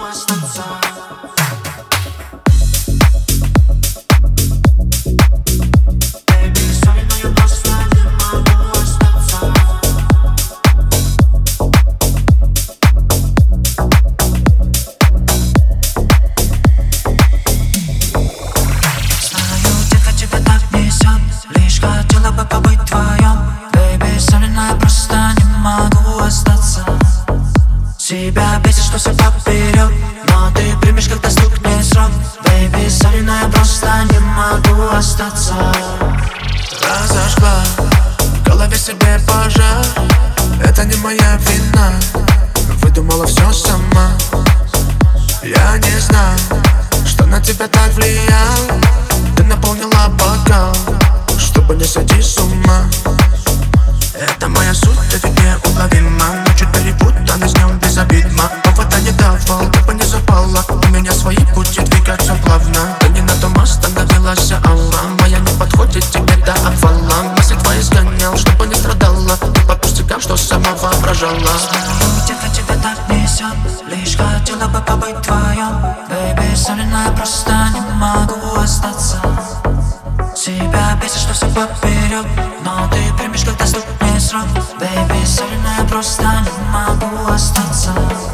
остаться. Тебя бесит, что все поперек, но ты примешь, когда стукнет срок. Baby, sorry, но я просто не могу остаться. Разожгла в голове себе пожар. Это не моя вина, выдумала все сама. Я не знал, что на тебя так влиял. Ты наполнила бокал, чтобы не сойти с ума. Это моя суть, это неуловимо. Но чуть перепутано с днем без обид. Повода не давал, ты бы не запала. У меня свои пути двигаться плавно. Ты не на том остановилась, алла. Моя не подходит тебе до обвала. Мысли твои сгонял, чтобы не страдала. Ты по пустякам, что сама воображала. Знаю, где-то тебя так несет. Лишь хотела бы побыть вдвоем. Baby, sorry, но я просто не могу остаться. Тебя бесит, что все поперек, но ты примешь, когда стукнет срок. Baby, sorry, но я просто не могу остаться.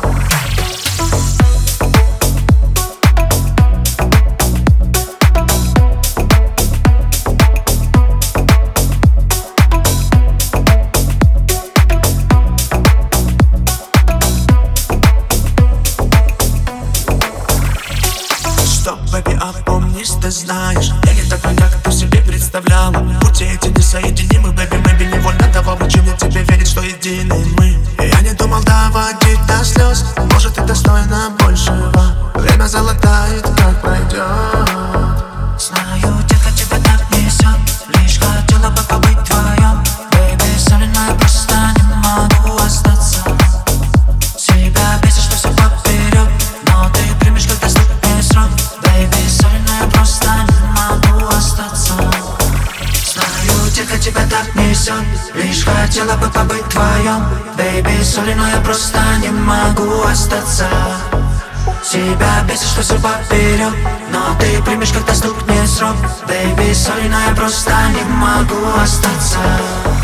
Стоп, baby, опомнись, ты знаешь, я не такой, как ты себе представляла. Пути эти несоединимы, baby, maybe невольно давал причины тебе верить, что едины мы. Я не думал доводить до слез, может, ты достойна большего. Время золотает, как пройдет. Знаю, детка, тебя так несет. Лишь хотела бы побыть вдвоем. Baby, sorry, но я просто не могу остаться. Тебя бесит, что все поперек, но ты примешь, когда стукнет срок. Baby, sorry, но я просто не могу остаться. Знаю, детка, тебя так несет. Лишь хотела бы побыть вдвоем. Baby, sorry, но я просто не могу остаться. Тебя бесит, что все поперек, но ты примешь, когда стукнет срок. Baby, sorry, но я просто не могу остаться.